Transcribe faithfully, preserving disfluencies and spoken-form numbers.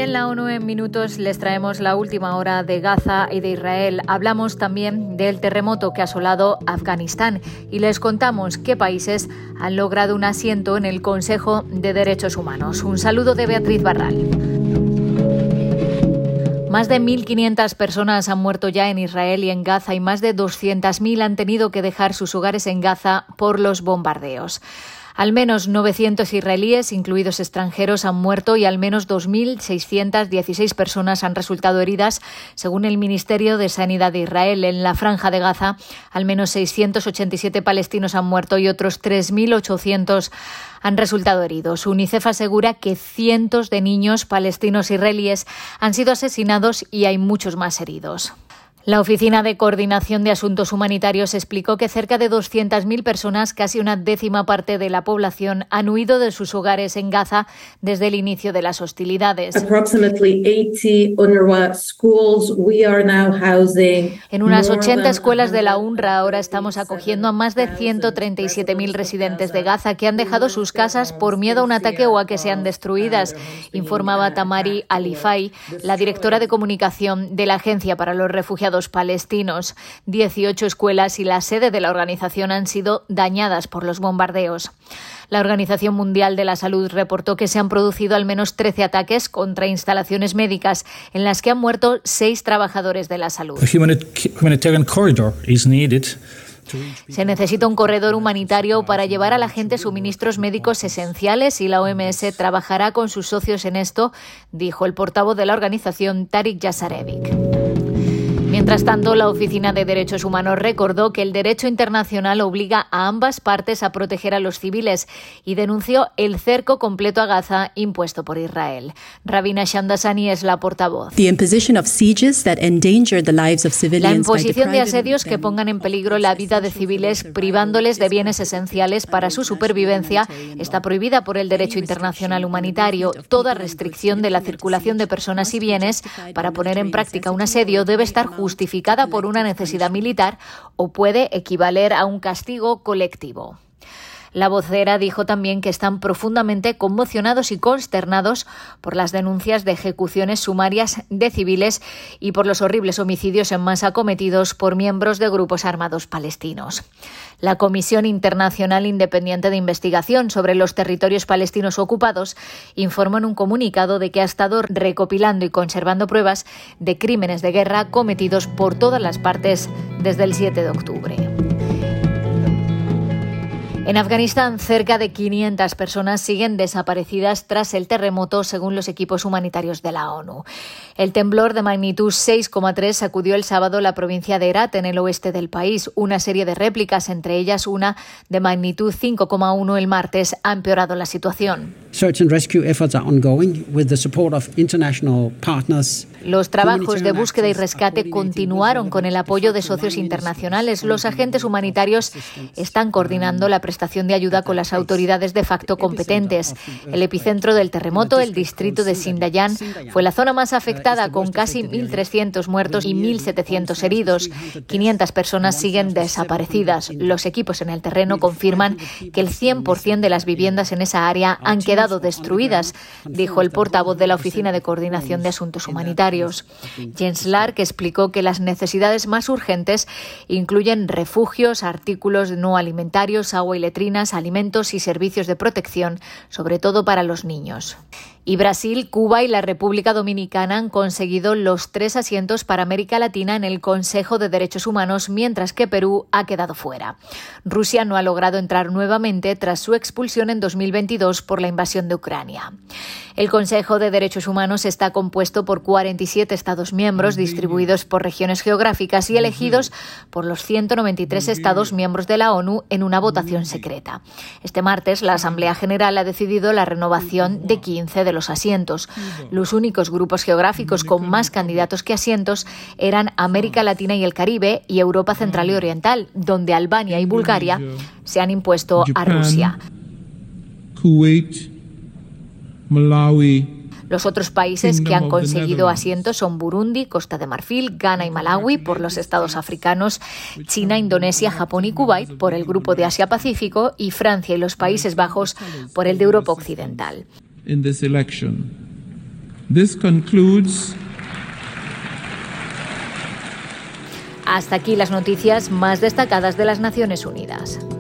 en la ONU en minutos les traemos la última hora de Gaza y de Israel. Hablamos también del terremoto que ha asolado Afganistán y les contamos qué países han logrado un asiento en el Consejo de Derechos Humanos. Un saludo de Beatriz Barral. Más de mil quinientas personas han muerto ya en Israel y en Gaza y más de doscientas mil han tenido que dejar sus hogares en Gaza por los bombardeos. Al menos novecientos israelíes, incluidos extranjeros, han muerto y al menos dos mil seiscientas dieciséis personas han resultado heridas, según el Ministerio de Sanidad de Israel. En la Franja de Gaza, al menos seiscientos ochenta y siete palestinos han muerto y otros tres mil ochocientos han resultado heridos. UNICEF asegura que cientos de niños palestinos israelíes han sido asesinados y hay muchos más heridos. La Oficina de Coordinación de Asuntos Humanitarios explicó que cerca de doscientas mil personas, casi una décima parte de la población, han huido de sus hogares en Gaza desde el inicio de las hostilidades. En unas ochenta escuelas de la UNRWA ahora estamos acogiendo a más de ciento treinta y siete mil residentes de Gaza que han dejado sus casas por miedo a un ataque o a que sean destruidas, informaba Tamari Alifai, la directora de comunicación de la Agencia para los Refugiados palestinos. dieciocho escuelas y la sede de la organización han sido dañadas por los bombardeos. La Organización Mundial de la Salud reportó que se han producido al menos trece ataques contra instalaciones médicas en las que han muerto seis trabajadores de la salud. Se necesita un corredor humanitario para llevar a la gente suministros médicos esenciales y la O M S trabajará con sus socios en esto, dijo el portavoz de la organización, Tariq Jasarevic. Mientras tanto, la Oficina de Derechos Humanos recordó que el derecho internacional obliga a ambas partes a proteger a los civiles y denunció el cerco completo a Gaza impuesto por Israel. Ravina Shamdasani es la portavoz. La imposición de asedios que pongan en peligro la vida de civiles, privándoles de bienes esenciales para su supervivencia, está prohibida por el derecho internacional humanitario. Toda restricción de la circulación de personas y bienes para poner en práctica un asedio debe estar justificada por una necesidad militar o puede equivaler a un castigo colectivo. La vocera dijo también que están profundamente conmocionados y consternados por las denuncias de ejecuciones sumarias de civiles y por los horribles homicidios en masa cometidos por miembros de grupos armados palestinos. La Comisión Internacional Independiente de Investigación sobre los Territorios Palestinos Ocupados informó en un comunicado de que ha estado recopilando y conservando pruebas de crímenes de guerra cometidos por todas las partes desde el siete de octubre. En Afganistán, cerca de quinientas personas siguen desaparecidas tras el terremoto, según los equipos humanitarios de la ONU. El temblor de magnitud seis coma tres sacudió el sábado la provincia de Herat, en el oeste del país. Una serie de réplicas, entre ellas una de magnitud cinco coma uno el martes, ha empeorado la situación. Los trabajos de búsqueda y rescate continuaron con el apoyo de socios internacionales. Los agentes humanitarios están coordinando la prestación de ayuda con las autoridades de facto competentes. El epicentro del terremoto, el distrito de Sindayan, fue la zona más afectada, con casi mil trescientos muertos y mil setecientos heridos. quinientas personas siguen desaparecidas. Los equipos en el terreno confirman que el cien por ciento de las viviendas en esa área han quedado destruidas, dijo el portavoz de la Oficina de Coordinación de Asuntos Humanitarios. Jens Lark explicó que las necesidades más urgentes incluyen refugios, artículos no alimentarios, agua y letrinas, alimentos y servicios de protección, sobre todo para los niños. Y Brasil, Cuba y la República Dominicana han conseguido los tres asientos para América Latina en el Consejo de Derechos Humanos, mientras que Perú ha quedado fuera. Rusia no ha logrado entrar nuevamente tras su expulsión en dos mil veintidós por la invasión de Ucrania. El Consejo de Derechos Humanos está compuesto por cuarenta y siete Estados miembros distribuidos por regiones geográficas y elegidos por los ciento noventa y tres Estados miembros de la ONU en una votación secreta. Este martes, la Asamblea General ha decidido la renovación de quince de los asientos. Los únicos grupos geográficos con más candidatos que asientos eran América Latina y el Caribe y Europa Central y Oriental, donde Albania y Bulgaria se han impuesto a Rusia. Kuwait, Malawi. Los otros países que han conseguido asientos son Burundi, Costa de Marfil, Ghana y Malawi por los estados africanos, China, Indonesia, Japón y Kuwait por el grupo de Asia-Pacífico y Francia y los Países Bajos por el de Europa Occidental. In this election, This concludes. Hasta aquí las noticias más destacadas de las Naciones Unidas.